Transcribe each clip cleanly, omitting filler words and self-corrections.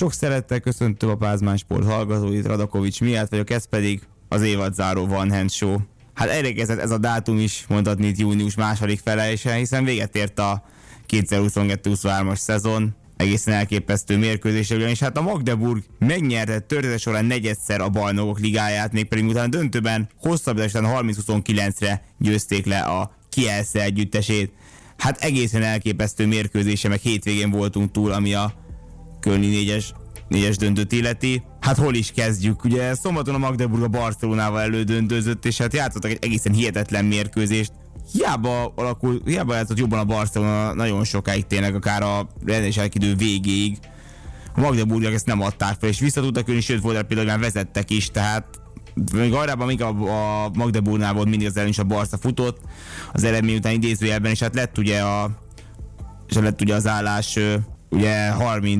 Sok szeretettel köszöntöm a Pázmány Sport hallgatóit, Radakovics miatt vagyok, ez pedig az évadzáró One Hand Show. Hát elérkezett ez a dátum is, mondhatni itt június második fele, és hiszen véget ért a 2022-23-as szezon, egészen elképesztő mérkőzésről, és hát a Magdeburg megnyerte történet során negyedszer a Bajnokok Ligáját, mégpedig utána döntőben hosszabbításon 30-29-re győzték le a Kielce együttesét. Hát egészen elképesztő mérkőzése, meg hétvégén voltunk túl, ami a kölni négyes döntőt illeti. Hát hol is kezdjük? Ugye szombaton a Magdeburg a Barcelonával elődöntőzött, és hát játszottak egy egészen hihetetlen mérkőzést. Hiába játszott jobban a Barcelona nagyon sokáig, tényleg akár a rendeselek idő végéig. A Magdeburgnak ezt nem adták fel, és vissza tudtak jönni, sőt volt például vezettek is, tehát még arrában, amíg a Magdeburgnál volt mindig az ellen is a Barca futott az eredmény után idézőjelben, és hát lett ugye az állás ugye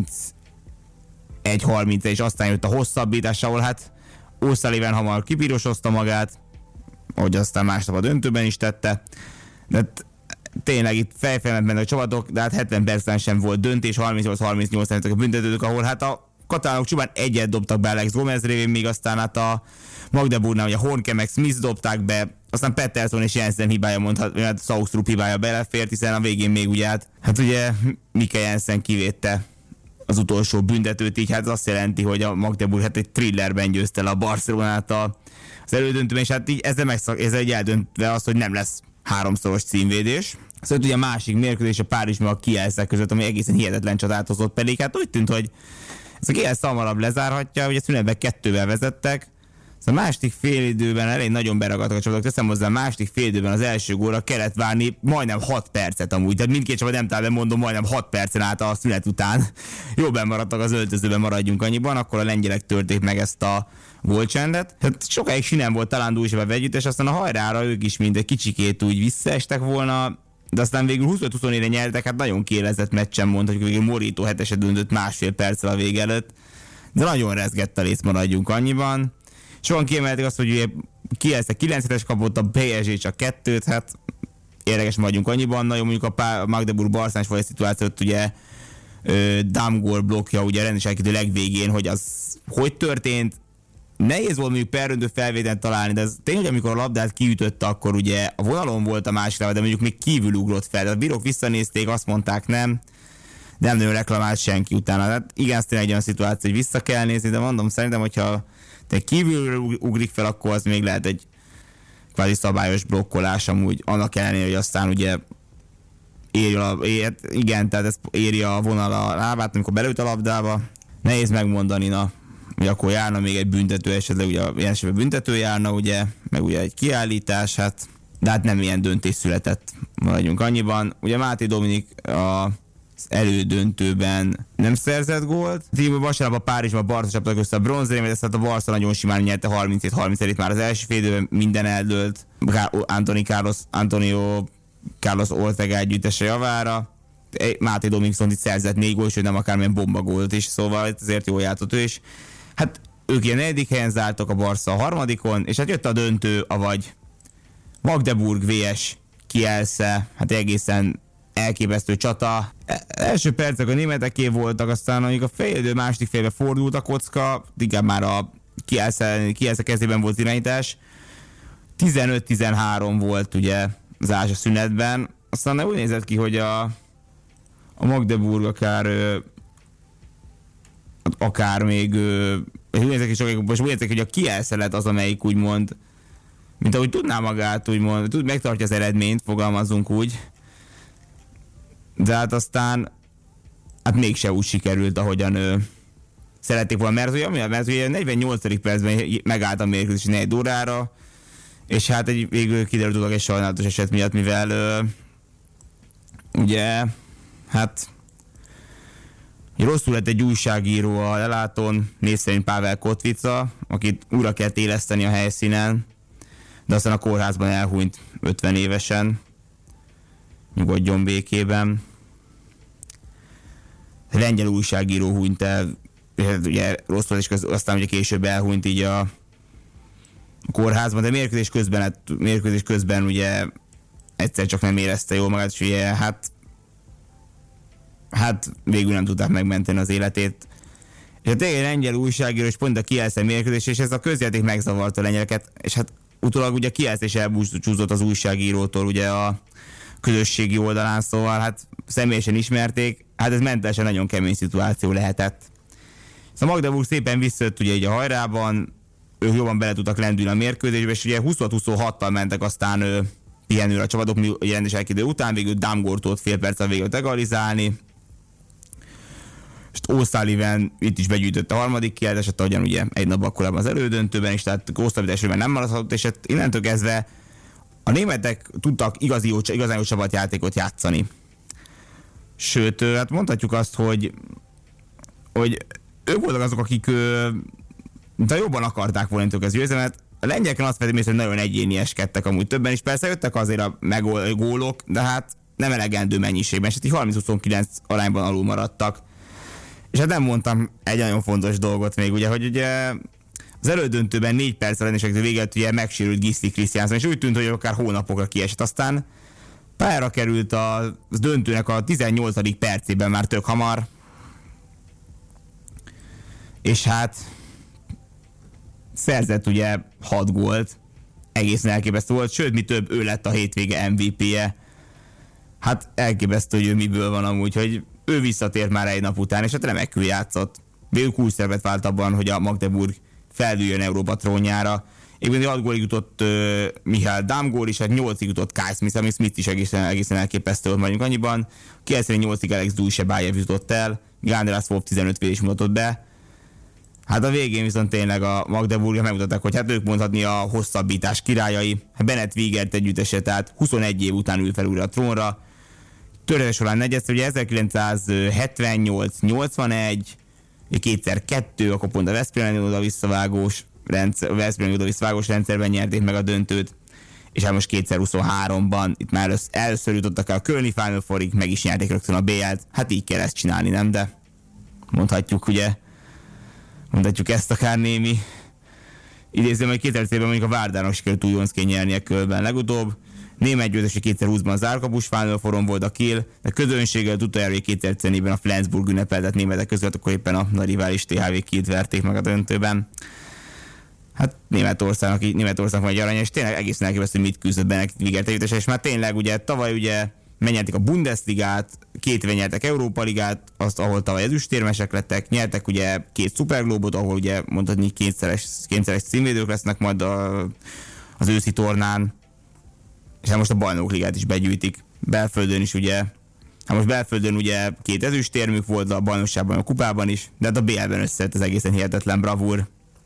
31-30, és aztán jött a hosszabbítás, ahol hát O'Sullivan hamar kipirosozta magát, ahogy aztán másnap a döntőben is tette. De tényleg itt fejfejlett mennek a csapatok, de hát 70 percen sem volt döntés, 38-38 a büntetők, ahol hát a katalánok csupán egyet dobtak be Alex Gomez révén, még aztán hát a Magdeburgnál ugye Hornke meg Smith dobták be, aztán Pettersson és Jensen hibája mondhatni, hát Saustrup hibája belefért, hiszen a végén még ugye hát ugye Mika Jensen kivédte az utolsó büntetőt, így hát ez azt jelenti, hogy a Magdeburg hát egy thrillerben győzte le a Barcelonát az elődöntőben, és hát így ezzel egy eldöntve az, hogy nem lesz háromszoros címvédés. Szóval ugye a másik mérkőzés a Párizs meg a Kielce között, ami egészen hihetetlen csatát hozott, pedig hát úgy tűnt, hogy ez a Kielce hamarabb lezárhatja, ugye szünetben 2-vel vezettek. Szóval a második félidőben elég nagyon beragadtak a csapatok, teszem hozzá, a második félidőben az első gólra kellett várni majdnem 6 percet amúgy, tehát mindkét csapat nem talán mondom, majdnem 6 percen át a szünet után. Jobban maradtak az öltözőben, maradjunk annyiban, akkor a lengyelek törték meg ezt a gólcsendet. Hát sokáig sinem volt talán Dújsebe vegyütt, és aztán a hajrára ők is mind egy kicsikét úgy visszaestek volna, de aztán végül 25-24-re nyertek, hát nagyon kiélezett meccsen mondhatjuk, végül Morito 7-eset döntött másfél perccel a vége előtt, de nagyon rezgett a rész, maradjunk annyiban. Sokan kiemelték azt, hogy ugye Kielce 9-es kapott, a PSG csak 2-t, hát érdekes maradjunk annyiban, nagyon mondjuk a Magdeburg Barcelona volt egy szituációt, ugye Damgor blokkja ugye rendeselkedő legvégén, hogy az hogy történt. Nehéz volt mondjuk perröntő felvételt találni, de ez tényleg, amikor a labdát kiütötte, akkor ugye a vonalon volt a másik lába, de mondjuk még kívül ugrott fel. De a bírók visszanézték, azt mondták nem nagyon reklamált senki utána. Tehát igen, ez tényleg egy olyan szituáció, hogy vissza kell nézni, de mondom, szerintem, hogyha te kívülről ugrik fel, akkor az még lehet egy kvázi szabályos blokkolás amúgy, annak ellenére, hogy aztán ugye tehát ez éri a vonal a lábát, amikor belőtt a labdába. Nehéz megmondani, hogy akkor járna még egy büntető, esetleg ugye ilyen esetben büntető járna, ugye, meg ugye egy kiállítás, hát, de hát nem ilyen döntés született, maradjunk annyiban. Ugye Máté Dominik az elődöntőben nem szerzett gólt. Vasárnap a Párizsban a Barca csaptak össze a bronzérmet, ezt hát a Barca nagyon simán nyerte 37-30, már az első félidőben minden eldőlt. Antonio Carlos Ortega együttese javára. Máté Dominik viszont itt szerzett 4 gólt, sőt nem akármilyen bombagólt is, szóval ezért jól játszott ő is. Hát ők ilyen 4. helyen zártak, a Barca a 3. és hát jött a döntő, avagy Magdeburg vs Kielce, hát egészen elképesztő csata. Első percek a németeké voltak, aztán mondjuk a félidő második félbe fordult a kocka, inkább már a Kielce kezében volt irányítás. 15-13 volt ugye az ázsa szünetben, aztán úgy nézett ki, hogy a Magdeburg akár még úgy nézett ki, hogy a Kielce lett az, amelyik úgymond, mint ahogy tudná magát, úgymond, megtartja az eredményt, fogalmazunk úgy. De hát aztán hát mégse úgy sikerült, ahogyan szerették volna, mert ugye 48. percben megállt a mérkőzés 4 órára, és hát végül kiderült egy sajnálatos eset miatt, mivel ugye hát rosszul lett egy újságíró a lelátón, név szerint Pavel Kotvica, akit újra kellett éleszteni a helyszínen, de aztán a kórházban elhunyt 50 évesen, nyugodjon békében. Lengyel újságíró hunyt el, ugye rosszul, és aztán ugye később elhunyt így a kórházban, de mérkőzés közben ugye egyszer csak nem érezte jól magát, és ugye hát végül nem tudták megmenteni az életét. És hát tényleg lengyel újságíró is pont a Kielce mérkőzés, és ez a közjáték megzavarta a lengyeleket, és hát utólag ugye Kielce is elbúcsúzott az újságírótól ugye a közösségi oldalán, szóval hát személyesen ismerték, hát ez mentálisan nagyon kemény szituáció lehetett. Szóval Magdeburg szépen visszajött ugye így a hajrában, ők jobban bele tudtak lendülni a mérkőzésbe, és ugye 26-26-tal mentek aztán pihenőre a csapatok, ugye rendes elkidő után, végül Damgortót fél perccel végül egalizálni. És O'Sullivan itt is begyűjtött a harmadik kiáltást, ahogyan ugye egy nap korábban az elődöntőben is, tehát O'Sullivan nem maradhatott, és hát innentől kezdve a németek tudtak igazán jó csapatjátékot játszani. Sőt, hát mondhatjuk azt, hogy ők voltak azok, akik de jobban akarták volna intők az győzelmet. A lengyeleken azt vettem észre, hogy nagyon egyénieskedtek amúgy többen is. Persze jöttek azért a gólok, de hát nem elegendő mennyiségben, és hát 30-29 arányban alul maradtak. És hát nem mondtam egy nagyon fontos dolgot még, ugye, hogy ugye az elődöntőben 4 perccel lennésektől véget ugye megsérült Gisli Krisztiánszon, és úgy tűnt, hogy akár hónapokra kiesett. Aztán pályára került a döntőnek a 18. percében már tök hamar. És hát szerzett ugye 6 gólt, egészen elképesztő volt, sőt, mi több, ő lett a hétvége MVP-je. Hát elképesztő, hogy ő miből van amúgy, hogy ő visszatért már egy nap után, és hát remekül játszott. Végül kulcsszervet vált abban, hogy a Magdeburg feldüljön Európa trónjára. Éppen 6 gólig jutott Michael Damgór, és hát 8-ig jutott Kai Smith, ami Smith is egészen elképesztő volt mondjuk annyiban. 98-ig Alex Dujsebájev jutott el, míg András Wolf 15 védés mutatott be. Hát a végén viszont tényleg a Magdeburg megmutatták, hogy hát ők mondhatni a hosszabbítás királyai. Bennett Wiegert együttese, tehát 21 év után ül fel újra a trónra. Történet során negyedszer, ugye 1978-81, 2002, akkor pont a Veszprémi oda-visszavágós rendszerben nyerték meg a döntőt, és hát most 2023-ban itt már először jutottak el a Kölni Final Fourig, meg is nyerték rögtön a BL-t. Hát így kell ezt csinálni, nem? De mondhatjuk ezt akár némi idézem, hogy 2000-ben mondjuk a Várdának sikerült újoncként nyernie Kölnben legutóbb. Német győzése 2020-ban az Árkapus Final Fouron volt a Kiel, de közönséggel utoljára 2010-ben a Flensburg ünnepeltet németek között, akkor éppen a nagy rivális THW Kielt verték meg a döntőben. Hát Németországnak van egy arany, és tényleg egészen elképesztő, hogy mit küzdött Bennett Wiegert együttese, és már tényleg ugye tavaly ugye megnyerték a Bundesligát, 2 éve nyertek Európa Ligát, ahol tavaly ezüstérmesek lettek, nyertek ugye 2 szuperglóbot, ahol ugye mondhatni kétszeres címvédők lesznek majd az őszi tornán, és hát most a Bajnokligát is begyűjtik. Belföldön is ugye, most Belföldön ugye 2 ezüstérmük volt a bajnokságban, a kupában is, de hát a BL-ben összejött az egészen hihetetlen bravúr.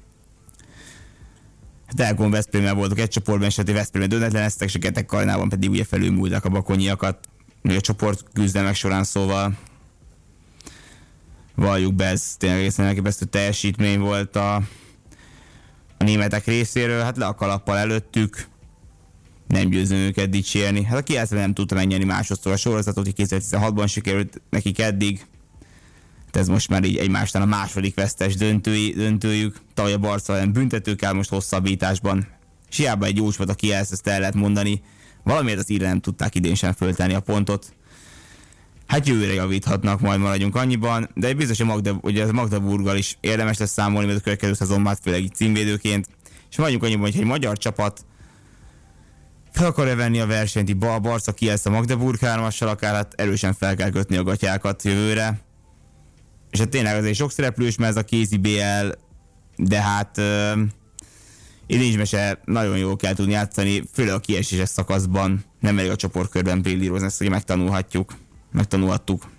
Telkom Veszprémmel voltak egy csoportban, és hát Veszprémben döntetleneztek, és a Getek Karinában pedig ugye felülmúltak a bakonyiakat, a csoport küzdelmek során, szóval valljuk be, ez tényleg egészen elképesztő teljesítmény volt a németek részéről, hát le a kalappal előttük, nem győzöm őket dicsérni. Hát a Kielce nem tudta megnyerni másodszor a sorozatot, hogy 2016-ban sikerült nekik eddig. Ez most már így egymásnál a második vesztes döntőjük. Tavaly a Barca ellen büntetők áll most hosszabbításban. És hiába egy jó csapat a Kielce, ezt el lehet mondani. Valamiért az íre nem tudták idén sem föltenni a pontot. Hát jövőre javíthatnak, majd maradjunk annyiban, de biztos, hogy a Magdeburggal is érdemes lesz számolni, mert a következő szezonban főleg így címvédőként. És maradjunk annyiban, hogy egy magyar csapat fel akarja venni a versenyt, a Barca Kielce a Magdeburg 3-assal, akár hát erősen fel kell kötni a gatyákat jövőre. És hát tényleg azért sok szereplős, mert ez a kézi BL, de hát idén se nagyon jól kell tudni játszani, főleg a kieséses szakaszban, nem elég a csoportkörben brillírozni, ezt ugye megtanulhattuk.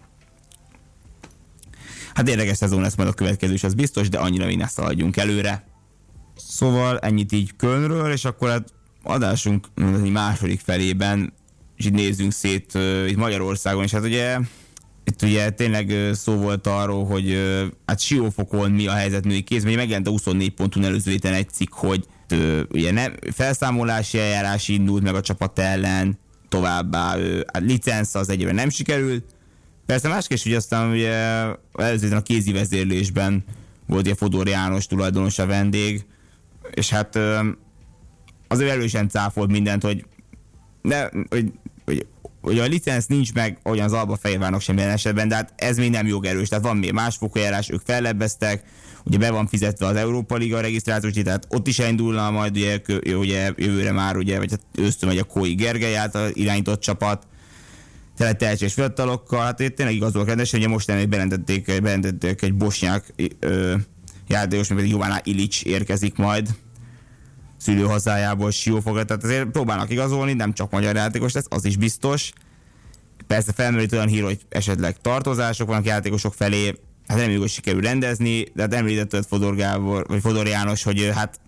Hát érdekes szezon lesz majd a következő is, az biztos, de annyira még ne szaladjunk előre. Szóval ennyit így Kölnről, és akkor hát adásunk második felében, és így nézzünk szét itt Magyarországon, és hát itt ugye tényleg szó volt arról, hogy hát Siófokon mi a helyzet női kézben, ugye megjelent a 24 ponton előző héten egy cikk, hogy ugye nem, felszámolási eljárás indult meg a csapat ellen, továbbá a licensz az egyébként nem sikerült. Persze másképp, hogy aztán ugye előző héten a kézi vezérlésben volt ugye Fodor János tulajdonos a vendég, és hát azért erősen cáfolt mindent, hogy ugye a licenc nincs meg olyan az Alba Fehérvárnak semmilyen esetben, de hát ez még nem jogerős, tehát van még másfokú eljárás, ők fellebbeztek, ugye be van fizetve az Európa Liga regisztrációs, tehát ott is elindulna majd ugye jövőre már, ugye, vagy hát ősztől megy a Kói Gergely által irányított csapat, tele tehetséges fiatalokkal, hát itt tényleg igazolok rendesen, ugye most még bejelentették egy bosnyák játékos, még pedig Jovana Ilic érkezik majd szülőhazájából, Siófokra, tehát azért próbálnak igazolni, nem csak magyar játékos lesz, az is biztos. Persze felmerült olyan hír, hogy esetleg tartozások vannak játékosok felé, hát reméljük, hogy sikerül rendezni, de hát említett Fodor Gábor, vagy Fodor János, hogy hát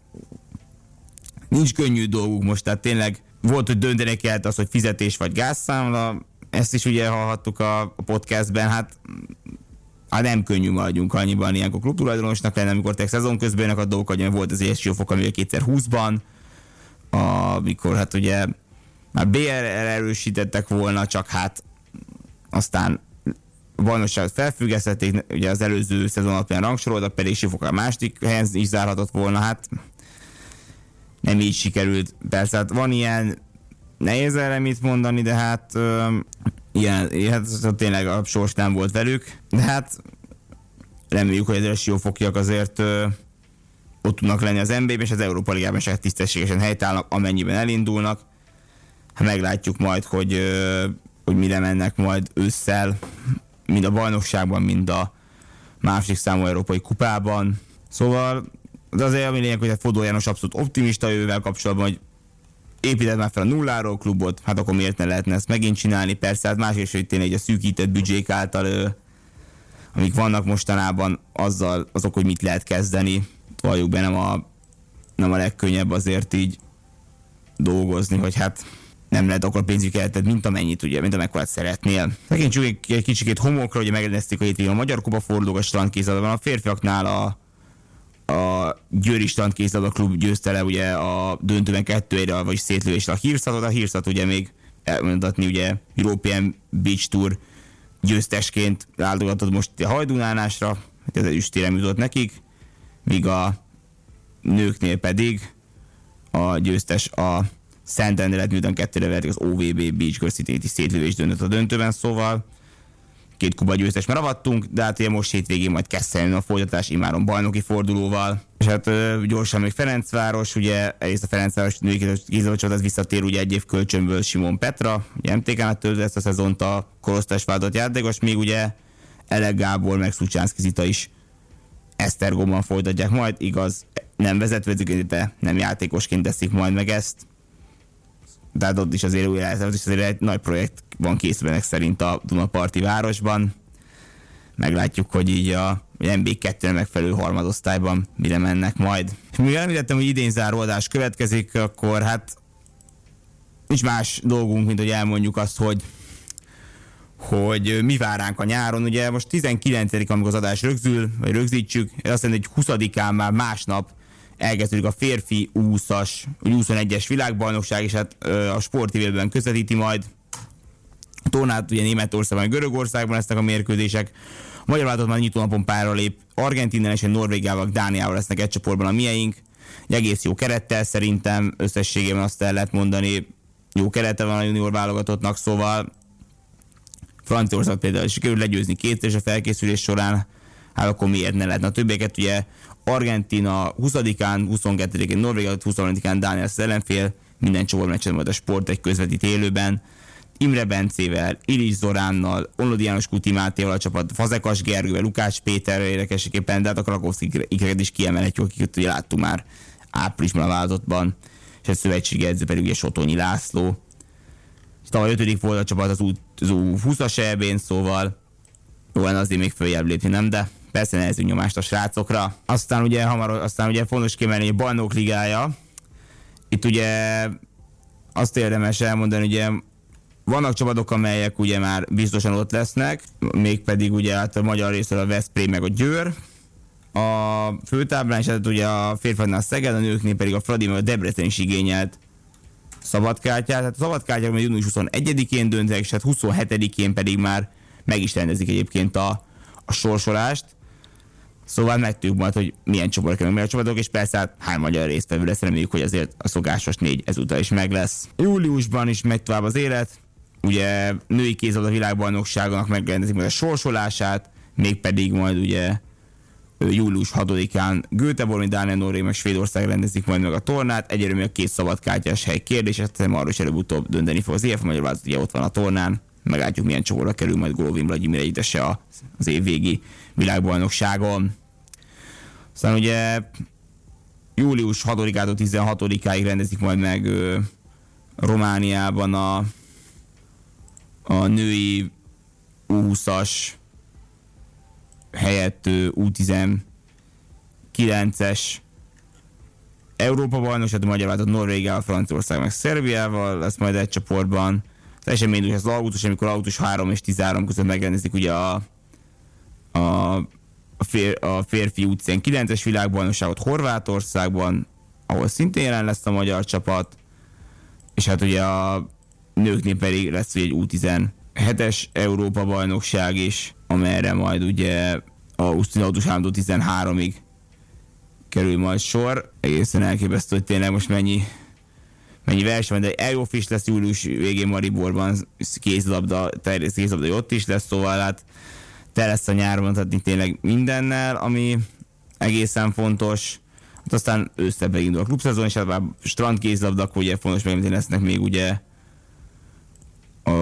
nincs könnyű dolguk most, tehát tényleg volt, hogy dönteni kellett az, hogy fizetés vagy gázszámla, ezt is ugye hallhattuk a podcastben, hát nem könnyű maradjunk annyiban ilyenkor klubtulajdonosnak lenni, amikor tényleg szezon közben jönnek a dolgok, hogy volt az Siófok, ami 2020-ban, amikor hát ugye már BR-re erősítettek volna, csak hát aztán a bajnokságot felfüggesztették, ugye az előző szezon alapján rangsoroltak, pedig Siófok a második helyen is zárhatott volna, hát nem így sikerült. Persze hát van ilyen, nehéz erre mit mondani, de hát hát tényleg a sors nem volt velük, de hát reméljük, hogy az Siófokiak azért ott tudnak lenni az NBA-ben, és az Európa Ligában se tisztességesen helytállnak, amennyiben elindulnak. Hát meglátjuk majd, hogy mire mennek majd ősszel, mind a bajnokságban, mind a második számú európai kupában. Szóval de azért ami lényeg, hogy a Fodor János abszolút optimista jövővel kapcsolatban, hogy épített már fel a nulláról klubot, hát akkor miért ne lehetne ezt megint csinálni? Persze, hát másrészt, hogy tényleg a szűkített büdzsék által, amik vannak mostanában, azok, hogy mit lehet kezdeni, valljuk be, nem a legkönnyebb azért így dolgozni, hogy hát nem lehet akkor pénzük elted, mint amennyit, ugye, mint amekkorát szeretnél. Tekintsük egy kicsikét homokra, ugye megrendezték a hétvégén a Magyar Kupa fordulók a strandkézilabdában, a férfiaknál a Győri Strandkézilabda Klub győzte le ugye a döntőben 2-1-re, vagyis szétlövésre a Hírszatot. A Hírszat ugye még elmondatni ugye European Beach Tour győztesként áldogatott most a Hajdunánásra, hát ez ezüstérem jutott nekik, míg a nőknél pedig a győztes a Szentendrelt, miután 2-re verték az OVB Beach Girls City szétlövés döntött a döntőben, szóval 2 kuba győztes már avattunk, de hát ugye most hétvégén majd kezd a folytatás immáron bajnoki fordulóval. És hát gyorsan még Ferencváros, ugye egyrészt a Ferencváros női kézilabdacsapathoz visszatér ugye egy év kölcsönből Simon Petra, ugye MTK-nál töltött ezt a szezont a korosztályos vállalt játékos, még ugye Elek Gábor meg Szucsánszki Zita is Esztergomban folytatják majd, igaz, nem vezetőedzőként, de nem játékosként teszik majd meg ezt. Tehát ott is azért egy nagy projekt van készülnek szerint a Dunaparti városban. Meglátjuk, hogy így a MB2-nek megfelelő harmadosztályban mire mennek majd. És mivel említettem, hogy idén záró adás következik, akkor hát nincs más dolgunk, mint hogy elmondjuk azt, hogy mi vár ránk a nyáron. Ugye most 19. amikor az adás rögzítsük, ez azt jelenti, hogy 20-án már másnap elkezdődik a férfi 20-as, 21-es világbajnokság, és hát a Sport TV-ben közvetíti majd. A tornát ugye Németországban, Görögországban lesznek a mérkőzések. A magyar válogatott már nyitónapon párra lép Argentinnal és Norvégiával, Dániával lesznek egy csoportban a mieink. Egy egész jó kerettel szerintem, összességében azt el lehet mondani, jó kerete van a junior válogatottnak, szóval Franciaország például sikerül legyőzni 2 és a felkészülés során, hát akkor miért ne lehetne. A többieket ugye Argentina 20-án, 22-én Norvégia, 23-án Dániel az ellenfél, minden csoportmeccsen majd a Sport egy közvetít élőben. Imre Bencével, Ilics Zoránnal, Onlodi János Kuti Mátéval a csapat, Fazekas Gergővel, Lukács Péterrel érdekességképpen, de hát a Krakowski ikreket is kiemelhetjük, akiket ugye láttuk már áprilisban a válogatottban, és a szövetségi edző pedig ugye Sotonyi László. És tavaly 5. volt a csapat az U20-as EB-n, szóval jó lenne azért még följebb lépni, nem? De persze nehezünk nyomást a srácokra. Aztán ugye fontos kiemelni, hogy a Bajnok Ligája. Itt ugye azt érdemes elmondani, ugye vannak csapatok, amelyek ugye már biztosan ott lesznek, mégpedig ugye hát a magyar részről a Veszprém meg a Győr. A főtáblán is hát ugye a férfiaknál a Szeged, a nőknél pedig a Fradi meg a Debrecen is igényelt szabadkártyát. Hát a szabadkártyák majd június 21-én döntek, és hát 27-én pedig már meg is rendezik egyébként a sorsolást. Szóval megtudjuk majd, hogy milyen csoportok kerülnek meg a csapatok, és persze hát hány magyar résztvevő lesz, reméljük, hogy azért a szokásos 4 ezúttal is meg lesz. Júliusban is megy tovább az élet, ugye női kézilabda világbajnokságának megrendezik majd a sorsolását, mégpedig majd ugye július 6-án Göteborg, Dánia, Norvég meg Svédország rendezik majd meg a tornát. Egyelőre még a 2 szabadkártyás hely kérdés, ezt arról is előbb-utóbb dönteni fog az EF, magyar válogatott ugye ott van a tornán. Meglátjuk, milyen csoportra kerül majd Golovin Vladimir Együttese az évvégi világbajnokságon. Aztán ugye július 6-ától 16-áig rendezik majd meg Romániában a női U20-as helyett U19-es Európa-bajnokság, a magyar válogatott Norvégiával, Franciaország meg Szerbiával lesz majd egy csoportban. Az esemény úgy az augusztus, amikor augusztus 3 és 13 között megrendezik ugye a férfi U19-es világbajnokságot Horvátországban, ahol szintén jelen lesz a magyar csapat, és hát ugye a nőknél pedig lesz egy U17-es Európa-bajnokság is, amelyre majd ugye augusztus 3-13-ig kerül majd sor. Egészen elképesztő, hogy tényleg most mennyi verseny van, de EOF is lesz július végén Mariborban, kézilabda ott is lesz, szóval hát te lesz a nyáron, tehát tényleg mindennel, ami egészen fontos. Hát aztán ősszel megindul a klubszezon, és hát a strandkézilabda, akkor ugye fontos megint lesznek még ugye a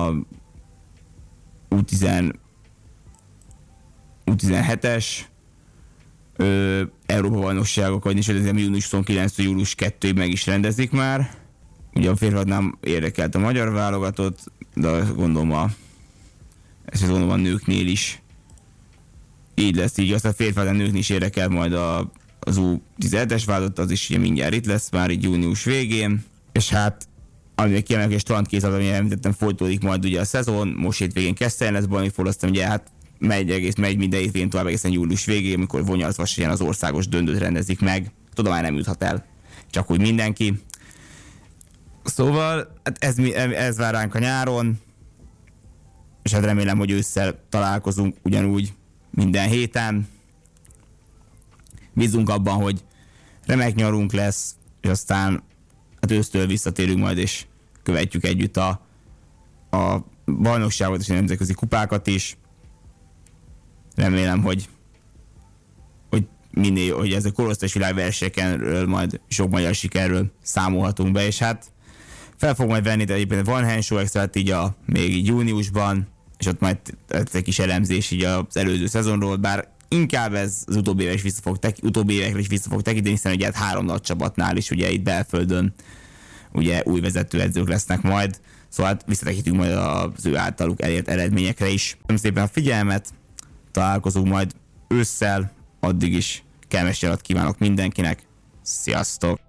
U17-es Európa-bajnokságok, vagyis június 29-től július 2-ig meg is rendezik már. Ugye a férfiaknál érdekelt a magyar válogatott, de gondolom a nőknél is így lesz, így aztán a férfiaknál nőknél is érdekel majd az U17-es válogatott, az is ugye mindjárt itt lesz már így június végén, és hát ami kiemelek, hogy a strandkézilabda, amit említettem, folytódik majd ugye a szezon, most hétvégén Keszthelyen lesz bajnokforduló, aztán ugye hát megy minden hétvégén tovább egészen július végén, amikor Vonyarc-Vasashelyen az országos döntőt rendezik meg. Tudom, már nem juthat el, csak úgy mindenki. Szóval hát ez vár ránk a nyáron, és hát remélem, hogy ősszel találkozunk ugyanúgy minden héten. Bízunk abban, hogy remek nyarunk lesz, és aztán hát ősztől visszatérünk majd, és követjük együtt a bajnokságot és a nemzetközi kupákat is. Remélem, hogy ez a korosztályos világversenyekről majd sok magyar sikerről számolhatunk be, és hát fel fog majd venni, de egyébként van Henshow Extra-t így még így júniusban, és ott majd egy kis elemzés így az előző szezonról, bár inkább ez az utóbbi évekre is vissza fog tekinteni, hiszen ugye hát 3 nagy csapatnál is ugye itt belföldön ugye új vezetőedzők lesznek majd, szóval hát visszatekintünk majd az ő általuk elért eredményekre is. Köszönöm szépen a figyelmet, találkozunk majd ősszel, addig is kellemes nyarat kívánok mindenkinek, sziasztok!